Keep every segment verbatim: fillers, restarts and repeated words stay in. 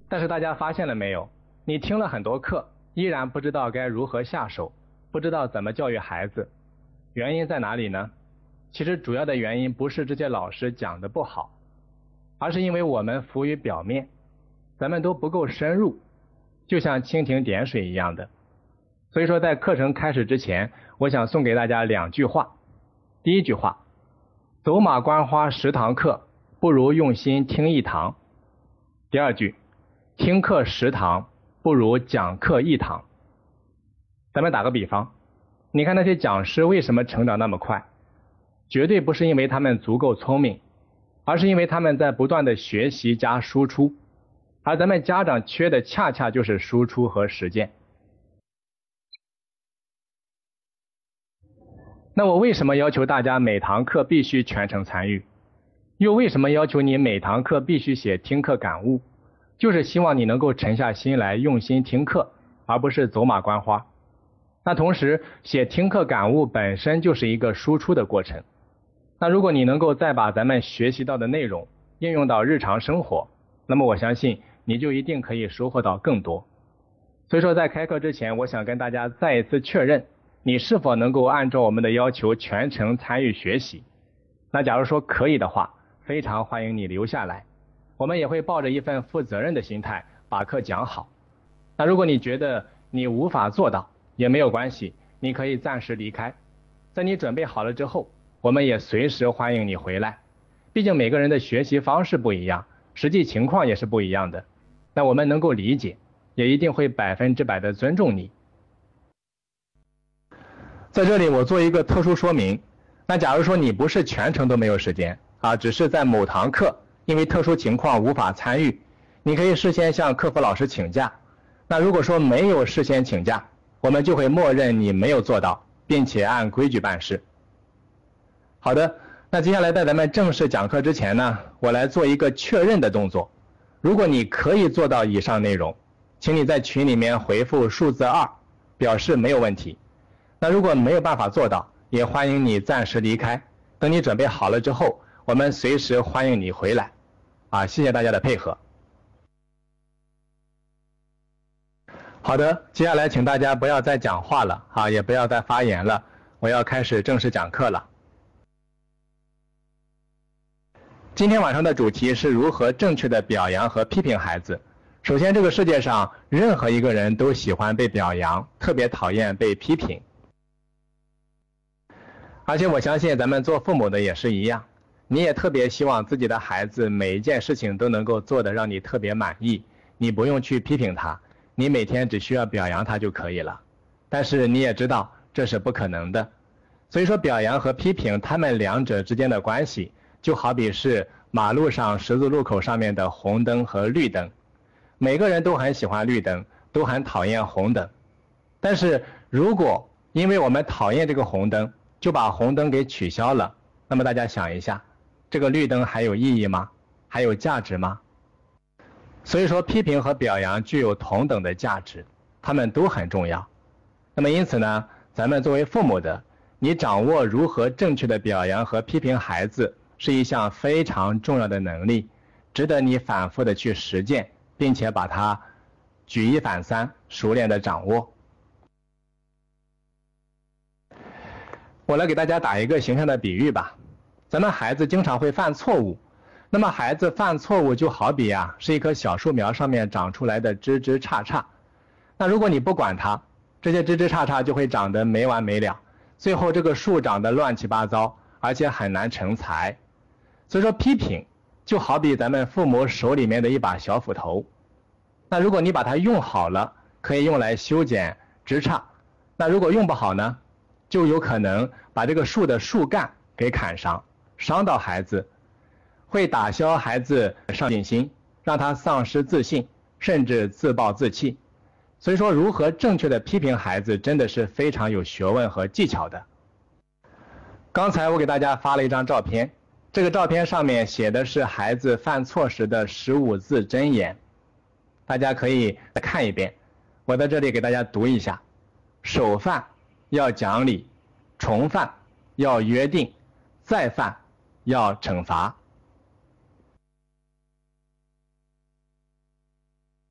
但是大家发现了没有？你听了很多课，依然不知道该如何下手，不知道怎么教育孩子。原因在哪里呢？其实主要的原因不是这些老师讲的不好，而是因为我们浮于表面，咱们都不够深入，就像蜻蜓点水一样的。所以说在课程开始之前，我想送给大家两句话。第一句话，走马观花十堂课，不如用心听一堂。第二句，听课十堂，不如讲课一堂。咱们打个比方，你看那些讲师为什么成长那么快？绝对不是因为他们足够聪明，而是因为他们在不断的学习加输出，而咱们家长缺的恰恰就是输出和实践。那我为什么要求大家每堂课必须全程参与？又为什么要求你每堂课必须写听课感悟？就是希望你能够沉下心来用心听课，而不是走马观花。那同时写听课感悟本身就是一个输出的过程。那如果你能够再把咱们学习到的内容应用到日常生活，那么我相信你就一定可以收获到更多。所以说在开课之前，我想跟大家再一次确认，你是否能够按照我们的要求全程参与学习。那假如说可以的话，非常欢迎你留下来，我们也会抱着一份负责任的心态把课讲好。那如果你觉得你无法做到也没有关系，你可以暂时离开，在你准备好了之后，我们也随时欢迎你回来。毕竟每个人的学习方式不一样，实际情况也是不一样的，那我们能够理解，也一定会百分之百的尊重你。在这里我做一个特殊说明，那假如说你不是全程都没有时间啊，只是在某堂课因为特殊情况无法参与，你可以事先向客服老师请假。那如果说没有事先请假，我们就会默认你没有做到，并且按规矩办事。好的，那接下来在咱们正式讲课之前呢，我来做一个确认的动作。如果你可以做到以上内容，请你在群里面回复数字二，表示没有问题。那如果没有办法做到，也欢迎你暂时离开，等你准备好了之后，我们随时欢迎你回来。啊，谢谢大家的配合。好的，接下来请大家不要再讲话了啊，也不要再发言了，我要开始正式讲课了。今天晚上的主题是如何正确的表扬和批评孩子。首先，这个世界上任何一个人都喜欢被表扬，特别讨厌被批评。而且我相信咱们做父母的也是一样，你也特别希望自己的孩子每一件事情都能够做得让你特别满意，你不用去批评他，你每天只需要表扬他就可以了。但是你也知道这是不可能的，所以说表扬和批评他们两者之间的关系，就好比是马路上十字路口上面的红灯和绿灯。每个人都很喜欢绿灯，都很讨厌红灯。但是如果因为我们讨厌这个红灯，就把红灯给取消了，那么大家想一下，这个绿灯还有意义吗？还有价值吗？所以说批评和表扬具有同等的价值，它们都很重要。那么因此呢，咱们作为父母的，你掌握如何正确的表扬和批评孩子，是一项非常重要的能力，值得你反复的去实践，并且把它举一反三，熟练的掌握。我来给大家打一个形象的比喻吧。咱们孩子经常会犯错误，那么孩子犯错误就好比啊，是一棵小树苗上面长出来的枝枝杈杈。那如果你不管它，这些枝枝杈杈就会长得没完没了，最后这个树长得乱七八糟，而且很难成材。所以说批评就好比咱们父母手里面的一把小斧头，那如果你把它用好了，可以用来修剪枝杈，那如果用不好呢，就有可能把这个树的树干给砍伤，伤到孩子，会打消孩子上进心，让他丧失自信，甚至自暴自弃。所以说如何正确的批评孩子真的是非常有学问和技巧的。刚才我给大家发了一张照片，这个照片上面写的是孩子犯错时的十五字真言，大家可以再看一遍，我在这里给大家读一下。首犯要讲理，重犯要约定，再犯要惩罚。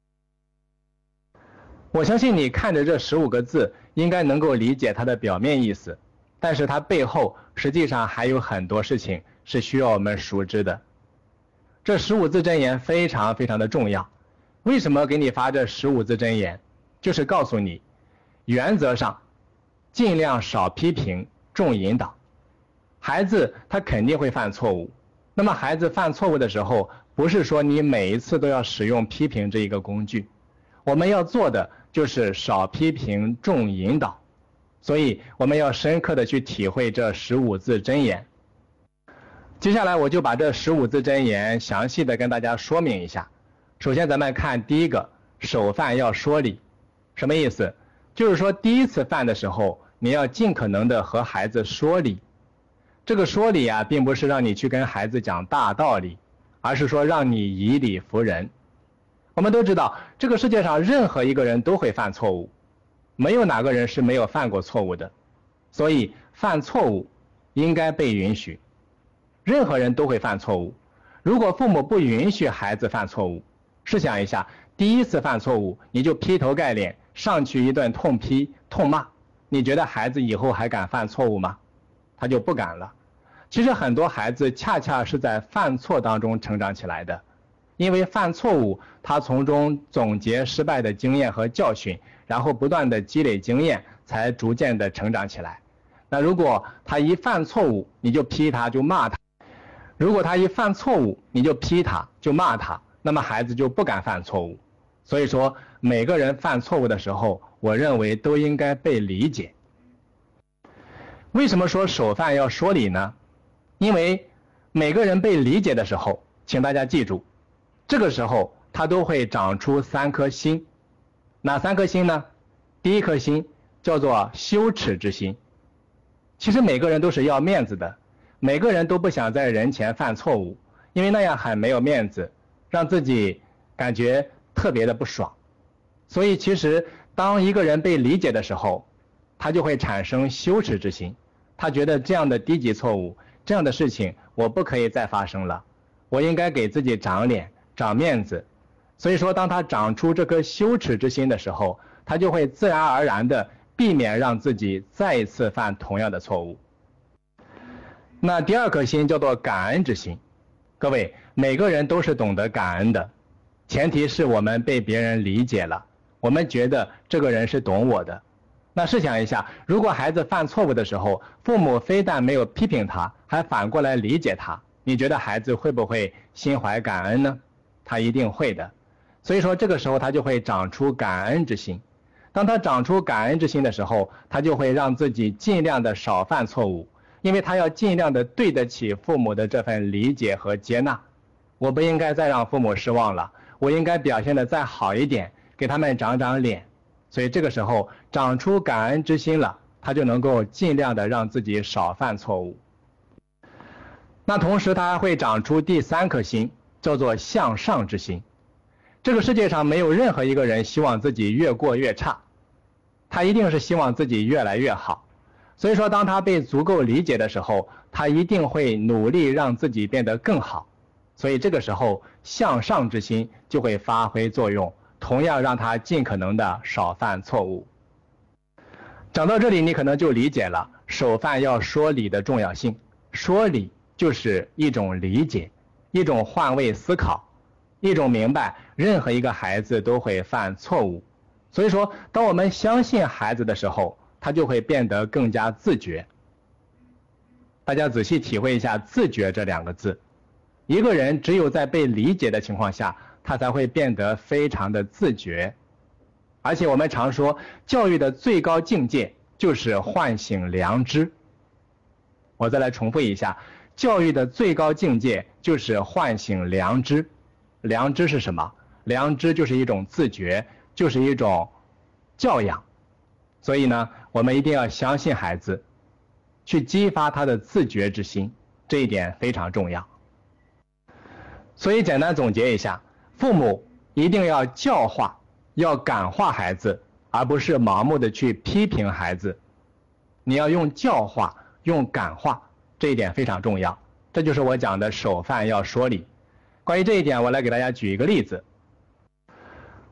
我相信你看着这十五个字，应该能够理解它的表面意思，但是它背后实际上还有很多事情是需要我们熟知的。这十五字真言非常非常的重要。为什么给你发这十五字真言？就是告诉你，原则上尽量少批评，重引导。孩子他肯定会犯错误，那么孩子犯错误的时候，不是说你每一次都要使用批评这一个工具，我们要做的就是少批评，重引导。所以我们要深刻的去体会这十五字真言。接下来我就把这十五字真言详细的跟大家说明一下。首先咱们看第一个，首犯要说理。什么意思？就是说第一次犯的时候，你要尽可能的和孩子说理。这个说理啊，并不是让你去跟孩子讲大道理，而是说让你以理服人。我们都知道，这个世界上任何一个人都会犯错误，没有哪个人是没有犯过错误的，所以犯错误应该被允许。任何人都会犯错误，如果父母不允许孩子犯错误，试想一下，第一次犯错误你就劈头盖脸上去一顿痛批痛骂，你觉得孩子以后还敢犯错误吗？他就不敢了。其实很多孩子恰恰是在犯错当中成长起来的，因为犯错误，他从中总结失败的经验和教训，然后不断的积累经验，才逐渐的成长起来。那如果他一犯错误你就批他就骂他，如果他一犯错误你就批他就骂他，那么孩子就不敢犯错误。所以说每个人犯错误的时候，我认为都应该被理解。为什么说首犯要说理呢？因为每个人被理解的时候，请大家记住，这个时候他都会长出三颗心。哪三颗心呢？第一颗心叫做羞耻之心。其实每个人都是要面子的，每个人都不想在人前犯错误，因为那样很没有面子，让自己感觉特别的不爽。所以其实当一个人被理解的时候，他就会产生羞耻之心，他觉得这样的低级错误，这样的事情我不可以再发生了，我应该给自己长脸长面子。所以说当他长出这颗羞耻之心的时候，他就会自然而然的避免让自己再一次犯同样的错误。那第二颗心叫做感恩之心。各位，每个人都是懂得感恩的，前提是我们被别人理解了，我们觉得这个人是懂我的。那试想一下，如果孩子犯错误的时候，父母非但没有批评他，还反过来理解他，你觉得孩子会不会心怀感恩呢？他一定会的。所以说这个时候他就会长出感恩之心。当他长出感恩之心的时候，他就会让自己尽量的少犯错误，因为他要尽量的对得起父母的这份理解和接纳。我不应该再让父母失望了，我应该表现得再好一点，给他们长长脸。所以这个时候长出感恩之心了，他就能够尽量的让自己少犯错误。那同时他还会长出第三颗心，叫做向上之心。这个世界上没有任何一个人希望自己越过越差，他一定是希望自己越来越好。所以说当他被足够理解的时候，他一定会努力让自己变得更好。所以这个时候向上之心就会发挥作用，同样让他尽可能的少犯错误。讲到这里你可能就理解了首犯要说理的重要性。说理就是一种理解，一种换位思考，一种明白任何一个孩子都会犯错误。所以说当我们相信孩子的时候，他就会变得更加自觉。大家仔细体会一下自觉这两个字。一个人只有在被理解的情况下，他才会变得非常的自觉。而且我们常说教育的最高境界就是唤醒良知。我再来重复一下，教育的最高境界就是唤醒良知。良知是什么？良知就是一种自觉，就是一种教养。所以呢，我们一定要相信孩子，去激发他的自觉之心，这一点非常重要。所以简单总结一下，父母一定要教化，要感化孩子，而不是盲目的去批评孩子。你要用教化，用感化，这一点非常重要。这就是我讲的首犯要说理。关于这一点，我来给大家举一个例子。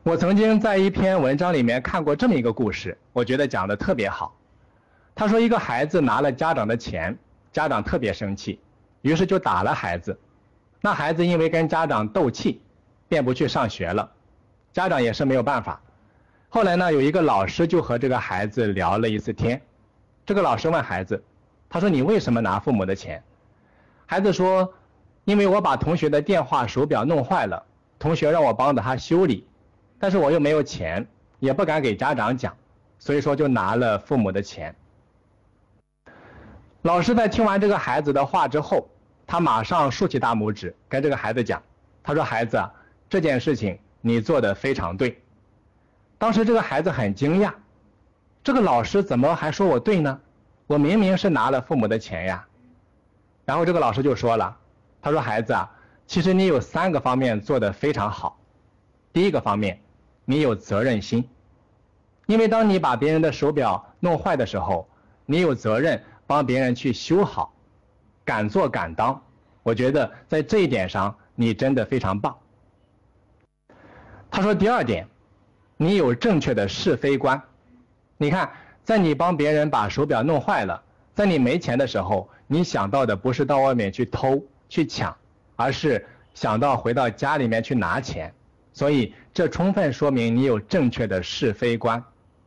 我曾经在一篇文章里面看过这么一个故事，我觉得讲得特别好。他说一个孩子拿了家长的钱，家长特别生气，于是就打了孩子。那孩子因为跟家长斗气，便不去上学了，家长也是没有办法。后来呢，有一个老师就和这个孩子聊了一次天。这个老师问孩子，他说你为什么拿父母的钱？孩子说，因为我把同学的电话手表弄坏了，同学让我帮着他修理，但是我又没有钱，也不敢给家长讲，所以说就拿了父母的钱。老师在听完这个孩子的话之后，他马上竖起大拇指跟这个孩子讲，他说孩子啊，这件事情你做得非常对。当时这个孩子很惊讶，这个老师怎么还说我对呢？我明明是拿了父母的钱呀。然后这个老师就说了，他说孩子啊，其实你有三个方面做得非常好。第一个方面，你有责任心，因为当你把别人的手表弄坏的时候，你有责任帮别人去修好，敢做敢当，我觉得在这一点上你真的非常棒。他说第二点，你有正确的是非观。你看，在你帮别人把手表弄坏了，在你没钱的时候，你想到的不是到外面去偷去抢，而是想到回到家里面去拿钱，所以这充分说明你有正确的是非观。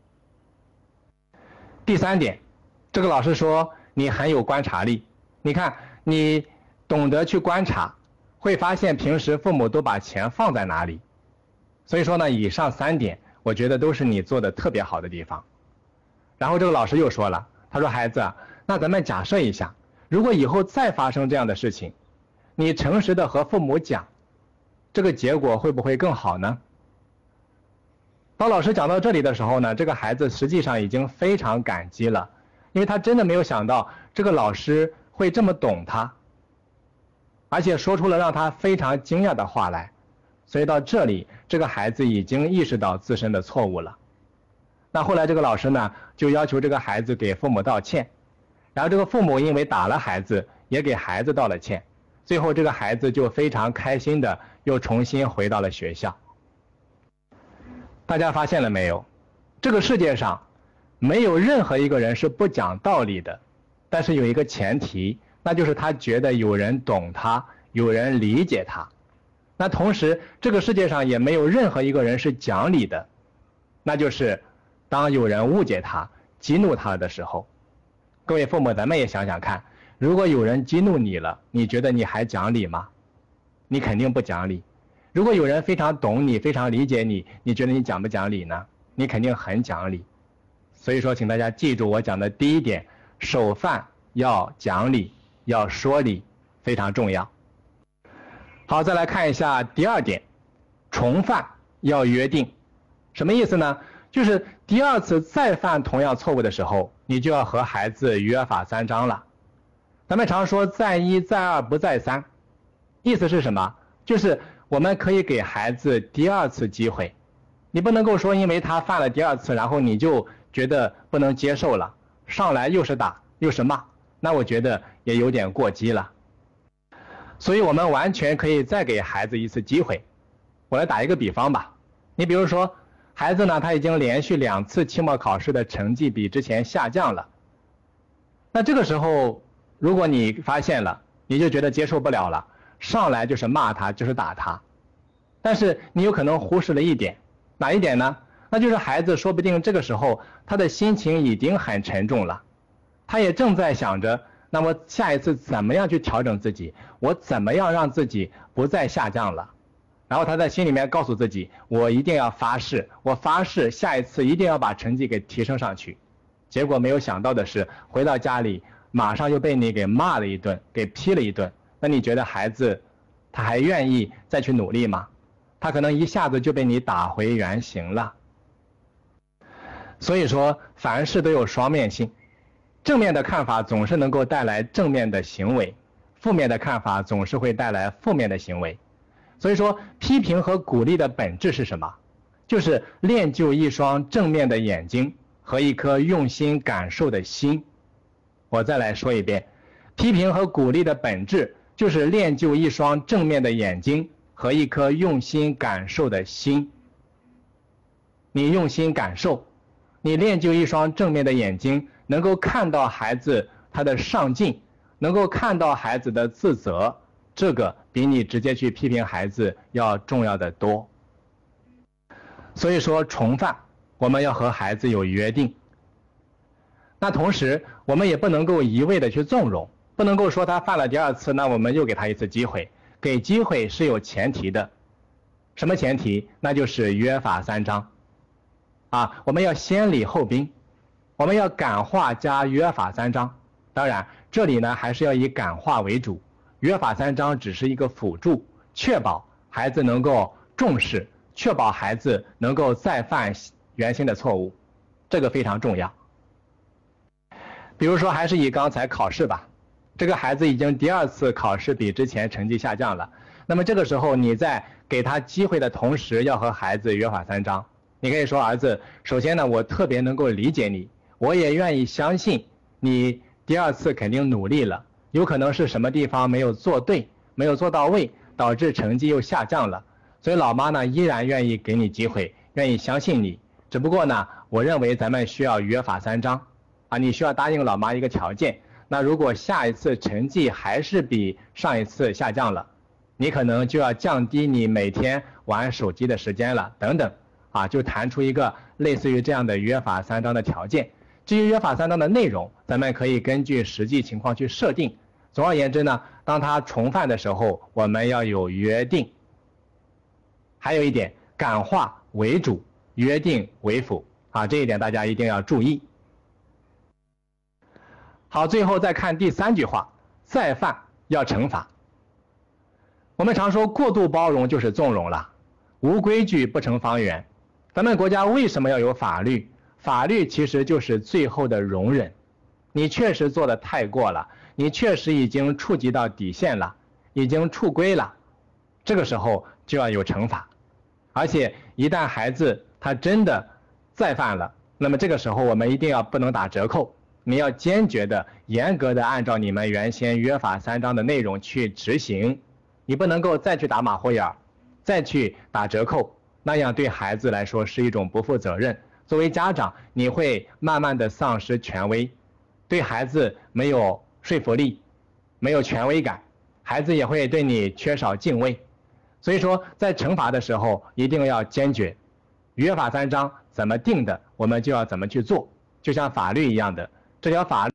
第三点，这个老师说你很有观察力。你看，你懂得去观察，会发现平时父母都把钱放在哪里。所以说呢，以上三点我觉得都是你做的特别好的地方。然后这个老师又说了，他说孩子啊，那咱们假设一下，如果以后再发生这样的事情，你诚实的和父母讲，这个结果会不会更好呢？当老师讲到这里的时候呢，这个孩子实际上已经非常感激了，因为他真的没有想到这个老师会这么懂他，而且说出了让他非常惊讶的话来。所以到这里，这个孩子已经意识到自身的错误了。那后来这个老师呢，就要求这个孩子给父母道歉，然后这个父母因为打了孩子，也给孩子道了歉，最后这个孩子就非常开心的又重新回到了学校。大家发现了没有？这个世界上没有任何一个人是不讲道理的，但是有一个前提，那就是他觉得有人懂他，有人理解他。那同时这个世界上也没有任何一个人是讲理的，那就是当有人误解他，激怒他的时候。各位父母，咱们也想想看，如果有人激怒你了，你觉得你还讲理吗？你肯定不讲理。如果有人非常懂你，非常理解你，你觉得你讲不讲理呢？你肯定很讲理。所以说请大家记住我讲的第一点，守饭要讲理，要说理，非常重要。好，再来看一下第二点，重犯要约定。什么意思呢？就是第二次再犯同样错误的时候，你就要和孩子约法三章了。咱们常说再一再二不再三，意思是什么？就是我们可以给孩子第二次机会，你不能够说因为他犯了第二次，然后你就觉得不能接受了，上来又是打又是骂，那我觉得也有点过激了。所以我们完全可以再给孩子一次机会。我来打一个比方吧，你比如说孩子呢，他已经连续两次期末考试的成绩比之前下降了，那这个时候如果你发现了，你就觉得接受不了了，上来就是骂他，就是打他。但是你有可能忽视了一点，哪一点呢？那就是孩子说不定这个时候他的心情已经很沉重了，他也正在想着，那么下一次怎么样去调整自己，我怎么样让自己不再下降了。然后他在心里面告诉自己，我一定要发誓，我发誓下一次一定要把成绩给提升上去。结果没有想到的是，回到家里马上就被你给骂了一顿，给批了一顿。那你觉得孩子他还愿意再去努力吗？他可能一下子就被你打回原形了。所以说凡事都有双面性，正面的看法总是能够带来正面的行为，负面的看法总是会带来负面的行为。所以说批评和鼓励的本质是什么？就是练就一双正面的眼睛和一颗用心感受的心。我再来说一遍，批评和鼓励的本质就是练就一双正面的眼睛和一颗用心感受的心。 你用心感受，你练就一双正面的眼睛，能够看到孩子他的上进，能够看到孩子的自责，这个比你直接去批评孩子要重要的多。所以说重犯，我们要和孩子有约定。那同时我们也不能够一味的去纵容，不能够说他犯了第二次，那我们又给他一次机会。给机会是有前提的，什么前提？那就是约法三章啊，我们要先礼后兵，我们要感化加约法三章。当然这里呢还是要以感化为主，约法三章只是一个辅助，确保孩子能够重视，确保孩子能够再犯原先的错误，这个非常重要。比如说还是以刚才考试吧，这个孩子已经第二次考试比之前成绩下降了，那么这个时候你在给他机会的同时，要和孩子约法三章。你可以说，儿子，首先呢，我特别能够理解你，我也愿意相信你第二次肯定努力了，有可能是什么地方没有做对，没有做到位，导致成绩又下降了，所以老妈呢依然愿意给你机会，愿意相信你，只不过呢我认为咱们需要约法三章啊，你需要答应老妈一个条件，那如果下一次成绩还是比上一次下降了，你可能就要降低你每天玩手机的时间了，等等啊，就谈出一个类似于这样的约法三章的条件。至于约法三章的内容，咱们可以根据实际情况去设定。总而言之呢，当他重犯的时候，我们要有约定。还有一点，感化为主，约定为辅啊，这一点大家一定要注意。好，最后再看第三句话，再犯要惩罚。我们常说过度包容就是纵容了，无规矩不成方圆。咱们国家为什么要有法律？法律其实就是最后的容忍。你确实做得太过了，你确实已经触及到底线了，已经触规了，这个时候就要有惩罚。而且一旦孩子他真的再犯了，那么这个时候我们一定要不能打折扣，你要坚决的、严格的按照你们原先约法三章的内容去执行，你不能够再去打马虎眼儿，再去打折扣，那样对孩子来说是一种不负责任。作为家长，你会慢慢的丧失权威，对孩子没有说服力，没有权威感，孩子也会对你缺少敬畏。所以说在惩罚的时候一定要坚决，约法三章怎么定的，我们就要怎么去做，就像法律一样的，这条法律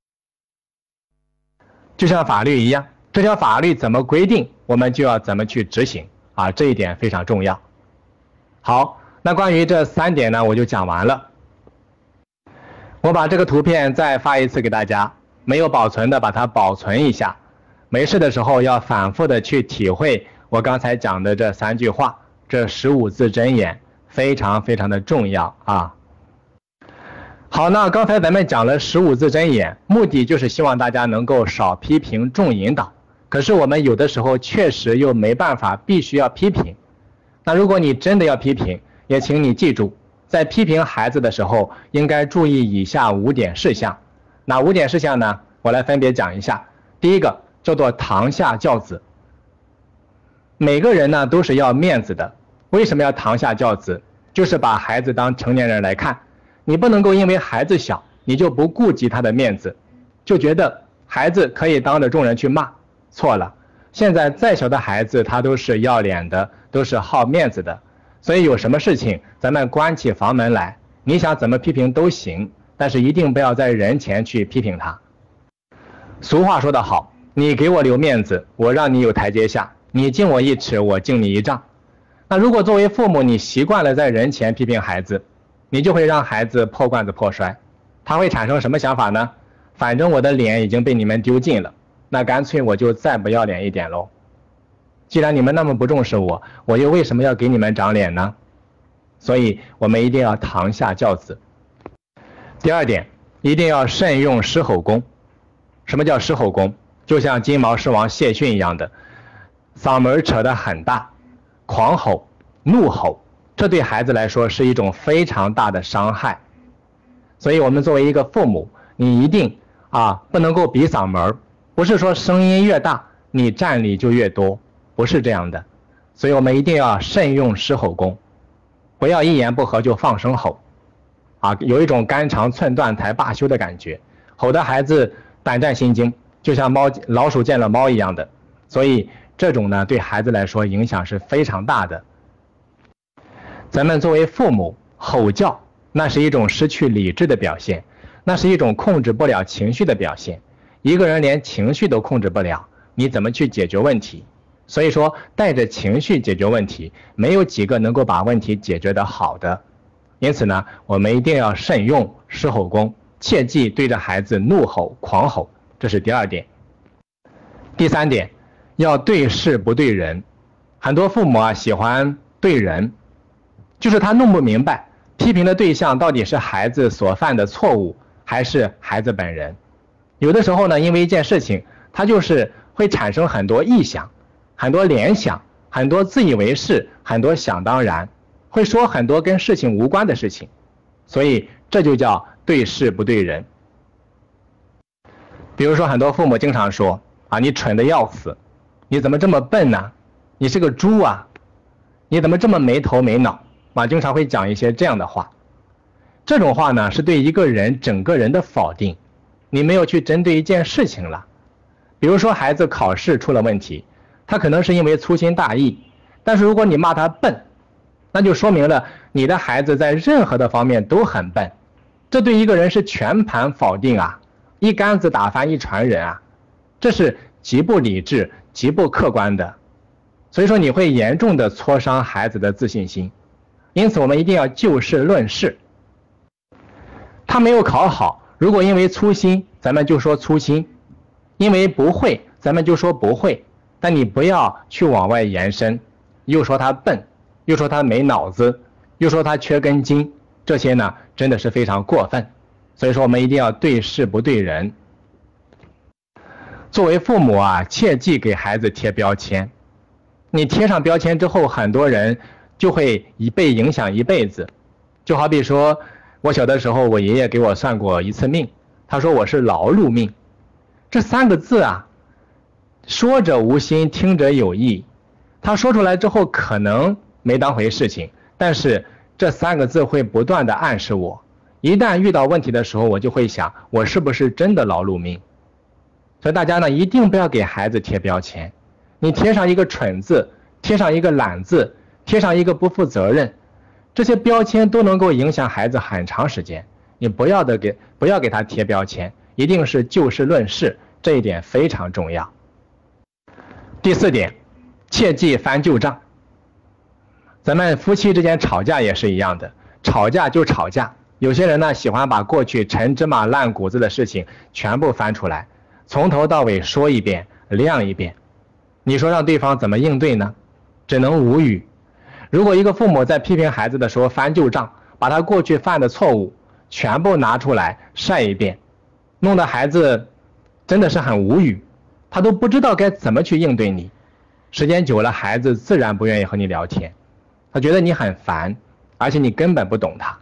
就像法律一样，这条法律怎么规定，我们就要怎么去执行啊，这一点非常重要。好，那关于这三点呢，我就讲完了。我把这个图片再发一次给大家，没有保存的把它保存一下，没事的时候要反复的去体会我刚才讲的这三句话，这十五字真言非常非常的重要啊。好，那刚才咱们讲了十五字真言，目的就是希望大家能够少批评重引导，可是我们有的时候确实又没办法必须要批评。那如果你真的要批评，也请你记住，在批评孩子的时候应该注意以下五点事项。哪五点事项呢？我来分别讲一下。第一个叫做堂下教子。每个人呢都是要面子的，为什么要堂下教子？就是把孩子当成年人来看，你不能够因为孩子小你就不顾及他的面子，就觉得孩子可以当着众人去骂，错了。现在再小的孩子他都是要脸的，都是好面子的，所以有什么事情咱们关起房门来，你想怎么批评都行，但是一定不要在人前去批评他。俗话说得好，你给我留面子，我让你有台阶下，你敬我一尺，我敬你一丈。那如果作为父母你习惯了在人前批评孩子，你就会让孩子破罐子破摔，他会产生什么想法呢？反正我的脸已经被你们丢尽了，那干脆我就再不要脸一点喽。既然你们那么不重视我，我又为什么要给你们长脸呢？所以我们一定要堂下教子。第二点，一定要慎用狮吼功。什么叫狮吼功？就像金毛狮王谢逊一样的，嗓门扯得很大，狂吼、怒吼，这对孩子来说是一种非常大的伤害。所以我们作为一个父母，你一定啊不能够比嗓门，不是说声音越大你占理就越多，不是这样的。所以我们一定要慎用狮吼功， 不要一言不合就放声吼，啊，有一种肝肠寸断才罢休的感觉，吼得孩子胆战心惊，就像猫老鼠见了猫一样的。所以这种呢，对孩子来说影响是非常大的。咱们作为父母，吼叫那是一种失去理智的表现，那是一种控制不了情绪的表现。一个人连情绪都控制不了，你怎么去解决问题？所以说，带着情绪解决问题，没有几个能够把问题解决得好的。因此呢，我们一定要慎用狮吼功，切忌对着孩子怒吼、狂吼，这是第二点。第三点，要对事不对人。很多父母啊喜欢对人，就是他弄不明白批评的对象到底是孩子所犯的错误，还是孩子本人。有的时候呢，因为一件事情，他就是会产生很多臆想、很多联想、很多自以为是、很多想当然，会说很多跟事情无关的事情，所以这就叫对事不对人。比如说，很多父母经常说啊，你蠢得要死，你怎么这么笨呢？你是个猪啊，你怎么这么没头没脑啊？经常会讲一些这样的话。这种话呢，是对一个人整个人的否定，你没有去针对一件事情了。比如说孩子考试出了问题，他可能是因为粗心大意，但是如果你骂他笨，那就说明了你的孩子在任何的方面都很笨，这对一个人是全盘否定啊，一竿子打翻一船人啊，这是极不理智、极不客观的。所以说你会严重的挫伤孩子的自信心。因此我们一定要就事论事。他没有考好，如果因为粗心，咱们就说粗心；因为不会，咱们就说不会。但你不要去往外延伸，又说他笨，又说他没脑子，又说他缺根筋，这些呢真的是非常过分。所以说我们一定要对事不对人。作为父母啊，切忌给孩子贴标签。你贴上标签之后，很多人就会被影响一辈子。就好比说，我小的时候，我爷爷给我算过一次命，他说我是劳碌命。这三个字啊，说者无心，听者有意。他说出来之后可能没当回事情，但是这三个字会不断的暗示我，一旦遇到问题的时候，我就会想，我是不是真的劳碌命？所以大家呢，一定不要给孩子贴标签。你贴上一个蠢字，贴上一个懒字，贴上一个不负责任，这些标签都能够影响孩子很长时间。你不要的给不要给他贴标签，一定是就事论事，这一点非常重要。第四点，切忌翻旧账。咱们夫妻之间吵架也是一样的，吵架就吵架。有些人呢喜欢把过去陈芝麻烂谷子的事情全部翻出来，从头到尾说一遍，亮一遍。你说让对方怎么应对呢？只能无语。如果一个父母在批评孩子的时候翻旧账，把他过去犯的错误全部拿出来晒一遍，弄得孩子真的是很无语，他都不知道该怎么去应对你。时间久了，孩子自然不愿意和你聊天，他觉得你很烦，而且你根本不懂他。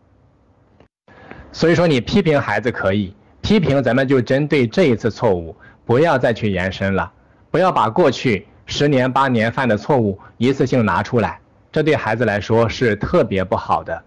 所以说你批评孩子可以，批评咱们就针对这一次错误，不要再去延伸了。不要把过去十年八年犯的错误一次性拿出来，这对孩子来说是特别不好的。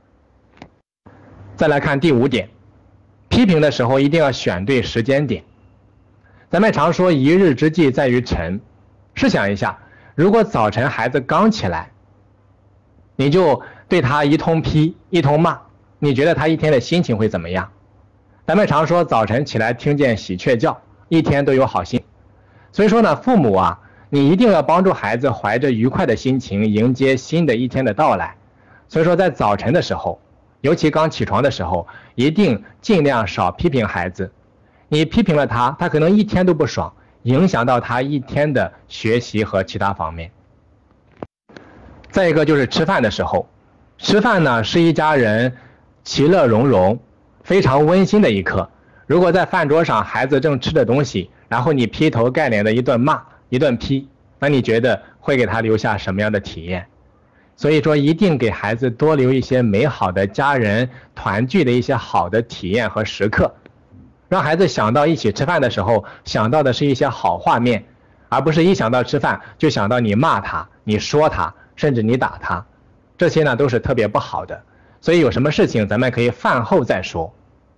再来看第五点，批评的时候一定要选对时间点。咱们常说一日之计在于晨，试想一下，如果早晨孩子刚起来，你就对他一通批一通骂，你觉得他一天的心情会怎么样？咱们常说早晨起来听见喜鹊叫，一天都有好心。所以说呢，父母啊，你一定要帮助孩子怀着愉快的心情迎接新的一天的到来。所以说在早晨的时候，尤其刚起床的时候，一定尽量少批评孩子。你批评了他，他可能一天都不爽，影响到他一天的学习和其他方面。再一个就是吃饭的时候，吃饭呢是一家人其乐融融非常温馨的一刻。如果在饭桌上孩子正吃着东西，然后你劈头盖脸的一顿骂一顿批，那你觉得会给他留下什么样的体验？所以说一定给孩子多留一些美好的家人团聚的一些好的体验和时刻，让孩子想到一起吃饭的时候想到的是一些好画面，而不是一想到吃饭就想到你骂他你说他甚至你打他。 这些呢都是特别不好的。所以有什么事情咱们可以饭后再说。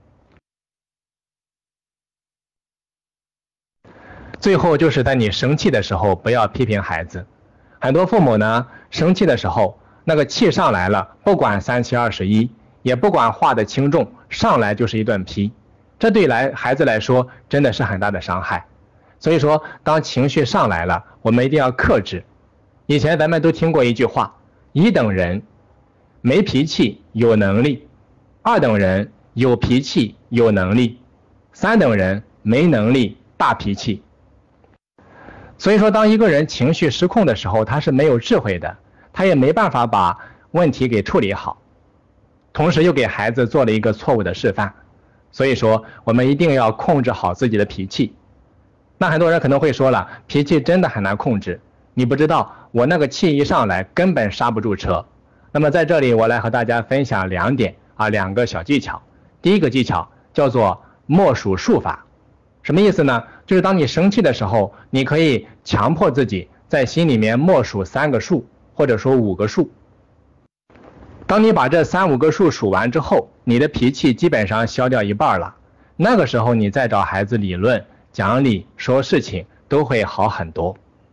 最后就是在你生气的时候不要批评孩子。很多父母呢生气的时候，那个气上来了，不管三七二十一，也不管话的轻重，上来就是一顿批，这对来孩子来说真的是很大的伤害。所以说当情绪上来了，我们一定要克制。以前咱们都听过一句话，一等人没脾气有能力，二等人有脾气有能力，三等人没能力大脾气。所以说当一个人情绪失控的时候，他是没有智慧的，他也没办法把问题给处理好，同时又给孩子做了一个错误的示范。所以说我们一定要控制好自己的脾气。那很多人可能会说了，脾气真的很难控制，你不知道我那个气一上来根本刹不住车。那么在这里我来和大家分享两点啊，两个小技巧。第一个技巧叫做默数数法。什么意思呢？就是当你生气的时候，你可以强迫自己在心里面默数三个数，或者说五个数。当你把这三五个数数完之后，你的脾气基本上消掉一半了，那个时候你再找孩子理论讲理说事情都会好很多。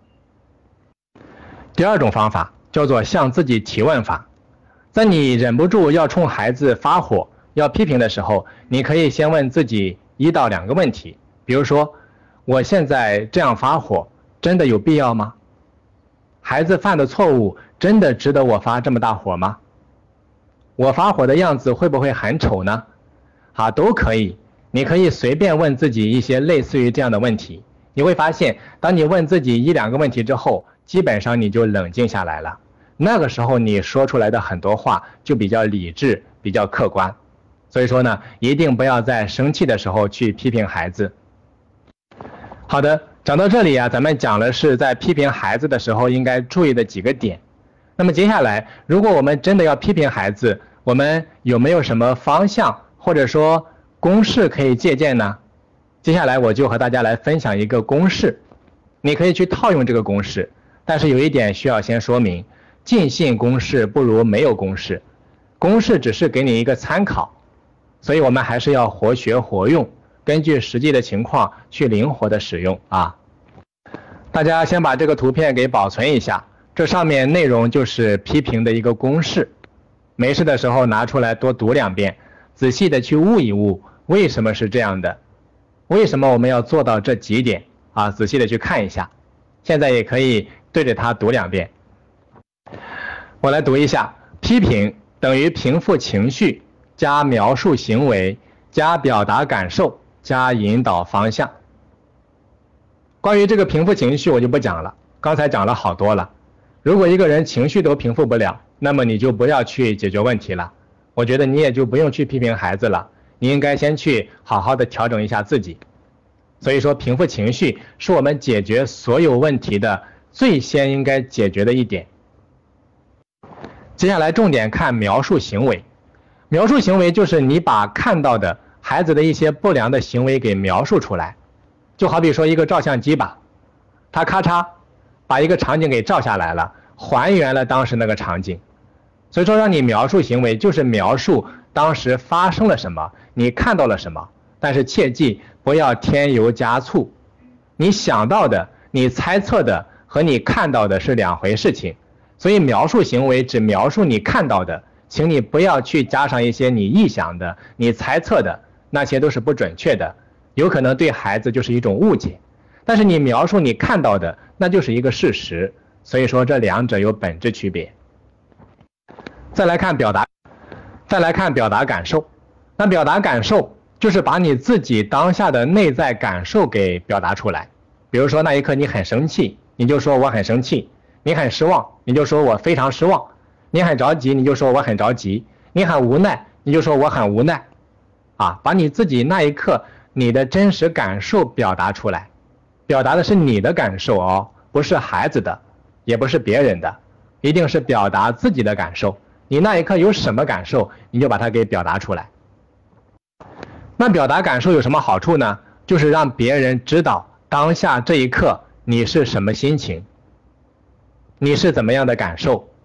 第二种方法叫做向自己提问法。在你忍不住要冲孩子发火要批评的时候，你可以先问自己一到两个问题，比如说我现在这样发火真的有必要吗？孩子犯的错误真的值得我发这么大火吗？我发火的样子会不会很丑呢？啊，都可以。你可以随便问自己一些类似于这样的问题，你会发现当你问自己一两个问题之后，基本上你就冷静下来了，那个时候你说出来的很多话就比较理智比较客观。所以说呢，一定不要在生气的时候去批评孩子。好的，讲到这里啊，咱们讲的是在批评孩子的时候应该注意的几个点。那么接下来如果我们真的要批评孩子，我们有没有什么方向或者说公式可以借鉴呢？接下来我就和大家来分享一个公式，你可以去套用这个公式，但是有一点需要先说明，尽信公式不如没有公式，公式只是给你一个参考，所以我们还是要活学活用，根据实际的情况去灵活的使用啊。大家先把这个图片给保存一下，这上面内容就是批评的一个公式，没事的时候拿出来多读两遍，仔细的去悟一悟为什么是这样的，为什么我们要做到这几点啊，仔细的去看一下。现在也可以对着它读两遍。我来读一下，批评等于平复情绪加描述行为加表达感受加引导方向。关于这个平复情绪我就不讲了，刚才讲了好多了。如果一个人情绪都平复不了，那么你就不要去解决问题了，我觉得你也就不用去批评孩子了，你应该先去好好的调整一下自己。所以说平复情绪是我们解决所有问题的最先应该解决的一点。接下来重点看描述行为。描述行为就是你把看到的孩子的一些不良的行为给描述出来。就好比说一个照相机吧，它咔嚓把一个场景给照下来了，还原了当时那个场景。所以说让你描述行为就是描述当时发生了什么，你看到了什么，但是切记不要添油加醋。你想到的你猜测的和你看到的是两回事情，所以描述行为只描述你看到的，请你不要去加上一些你臆想的你猜测的，那些都是不准确的，有可能对孩子就是一种误解。但是你描述你看到的，那就是一个事实，所以说这两者有本质区别。再来看表达，再来看表达感受。那表达感受就是把你自己当下的内在感受给表达出来。比如说那一刻你很生气，你就说我很生气；你很失望，你就说我非常失望；你很着急，你就说我很着急；你很无奈，你就说我很无奈。啊，把你自己那一刻你的真实感受表达出来，表达的是你的感受哦，不是孩子的，也不是别人的，一定是表达自己的感受。你那一刻有什么感受，你就把它给表达出来。那表达感受有什么好处呢？就是让别人知道当下这一刻你是什么心情，你是怎么样的感受。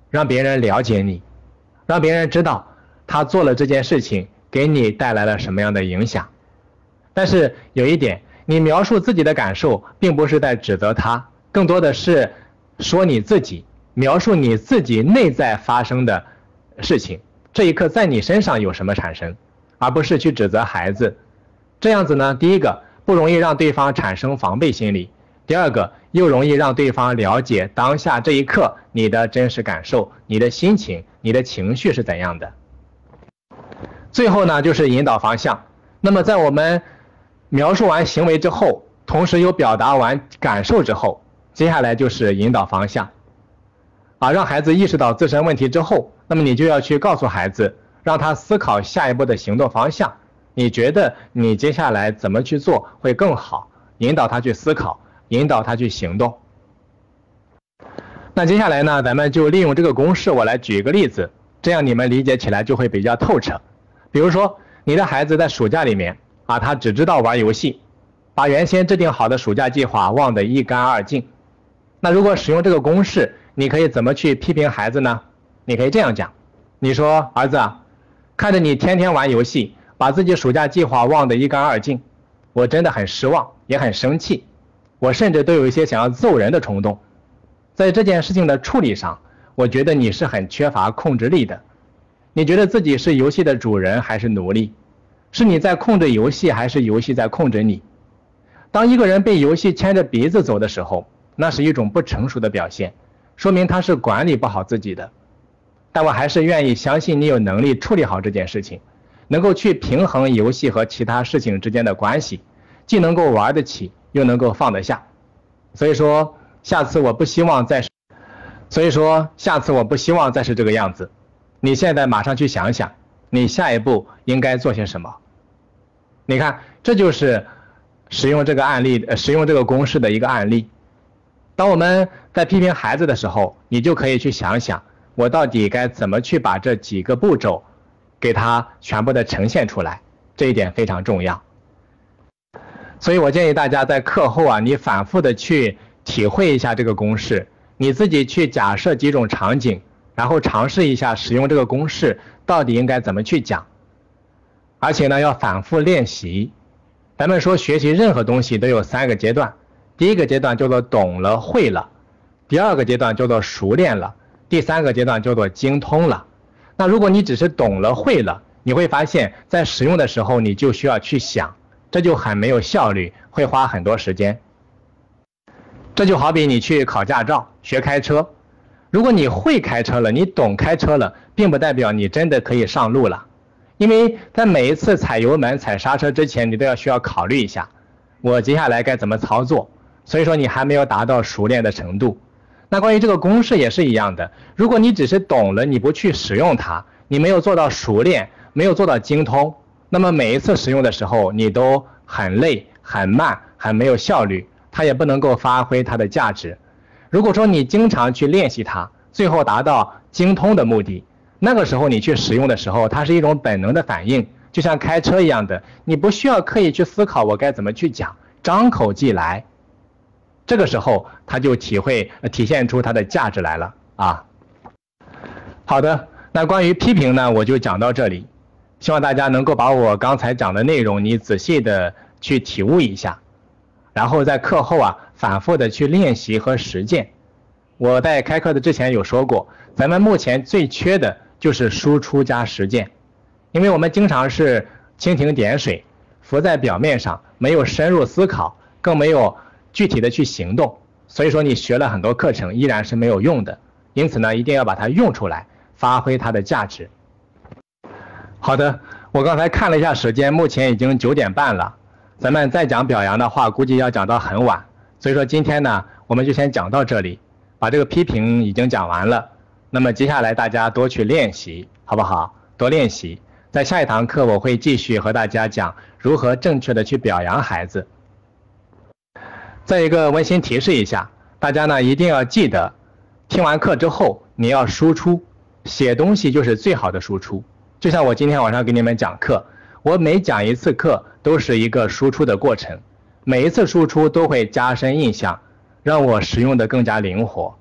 让别人了解你，让别人知道他做了这件事情给你带来了什么样的影响。但是有一点，你描述自己的感受并不是在指责他，更多的是说你自己，描述你自己内在发生的事情，这一刻在你身上有什么产生，而不是去指责孩子。这样子呢，第一个不容易让对方产生防备心理，第二个又容易让对方了解当下这一刻你的真实感受，你的心情，你的情绪是怎样的。最后呢，就是引导方向。那么在我们描述完行为之后，同时又表达完感受之后，接下来就是引导方向啊，让孩子意识到自身问题之后，那么你就要去告诉孩子，让他思考下一步的行动方向。你觉得你接下来怎么去做会更好？引导他去思考，引导他去行动。那接下来呢，咱们就利用这个公式，我来举一个例子，这样你们理解起来就会比较透彻。比如说，你的孩子在暑假里面啊，他只知道玩游戏，把原先制定好的暑假计划忘得一干二净。那如果使用这个公式，你可以怎么去批评孩子呢？你可以这样讲，你说儿子啊，看着你天天玩游戏，把自己暑假计划忘得一干二净，我真的很失望，也很生气，我甚至都有一些想要揍人的冲动。在这件事情的处理上，我觉得你是很缺乏控制力的。你觉得自己是游戏的主人还是奴隶？是你在控制游戏还是游戏在控制你？当一个人被游戏牵着鼻子走的时候，那是一种不成熟的表现，说明他是管理不好自己的。但我还是愿意相信你有能力处理好这件事情，能够去平衡游戏和其他事情之间的关系，既能够玩得起，又能够放得下。所以说，下次我不希望再是，所以说下次我不希望再是这个样子。你现在马上去想想，你下一步应该做些什么？你看，这就是使用这个案例，呃，使用这个公式的一个案例。当我们在批评孩子的时候，你就可以去想想，我到底该怎么去把这几个步骤给它全部的呈现出来，这一点非常重要。所以我建议大家在课后啊，你反复的去体会一下这个公式，你自己去假设几种场景，然后尝试一下使用这个公式到底应该怎么去讲。而且呢，要反复练习。咱们说学习任何东西都有三个阶段，第一个阶段叫做懂了会了，第二个阶段叫做熟练了，第三个阶段叫做精通了。那如果你只是懂了会了，你会发现在使用的时候你就需要去想，这就很没有效率，会花很多时间。这就好比你去考驾照学开车，如果你会开车了，你懂开车了，并不代表你真的可以上路了。因为在每一次踩油门踩刹车之前，你都要需要考虑一下，我接下来该怎么操作，所以说你还没有达到熟练的程度。那关于这个公式也是一样的，如果你只是懂了，你不去使用它，你没有做到熟练，没有做到精通，那么每一次使用的时候你都很累很慢很没有效率，它也不能够发挥它的价值。如果说你经常去练习它，最后达到精通的目的，那个时候你去使用的时候，它是一种本能的反应，就像开车一样的，你不需要刻意去思考我该怎么去讲，张口即来，这个时候它就体会体现出它的价值来了啊。好的，那关于批评呢，我就讲到这里，希望大家能够把我刚才讲的内容你仔细的去体悟一下，然后在课后啊反复的去练习和实践。我在开课的之前有说过，咱们目前最缺的就是输出加实践，因为我们经常是蜻蜓点水，浮在表面上，没有深入思考，更没有具体的去行动，所以说你学了很多课程依然是没有用的，因此呢，一定要把它用出来，发挥它的价值。好的，我刚才看了一下时间，目前已经九点半了，咱们再讲表扬的话，估计要讲到很晚，所以说今天呢，我们就先讲到这里，把这个批评已经讲完了。那么接下来大家多去练习，好不好？多练习。在下一堂课我会继续和大家讲如何正确的去表扬孩子。再一个温馨提示一下，大家呢一定要记得，听完课之后你要输出，写东西就是最好的输出。就像我今天晚上给你们讲课，我每讲一次课都是一个输出的过程，每一次输出都会加深印象，让我使用的更加灵活。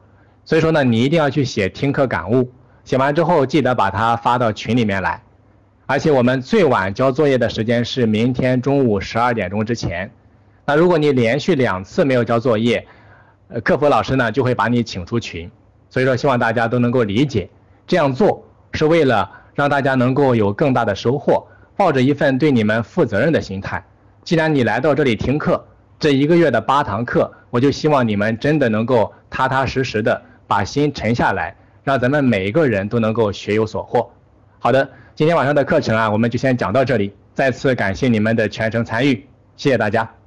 所以说呢，你一定要去写听课感悟，写完之后记得把它发到群里面来。而且我们最晚交作业的时间是明天中午十二点钟之前。那如果你连续两次没有交作业，呃，客服老师呢就会把你请出群。所以说希望大家都能够理解，这样做是为了让大家能够有更大的收获，抱着一份对你们负责任的心态。既然你来到这里听课，这一个月的八堂课，我就希望你们真的能够踏踏实实的把心沉下来，让咱们每一个人都能够学有所获。好的，今天晚上的课程啊，我们就先讲到这里。再次感谢你们的全程参与，谢谢大家。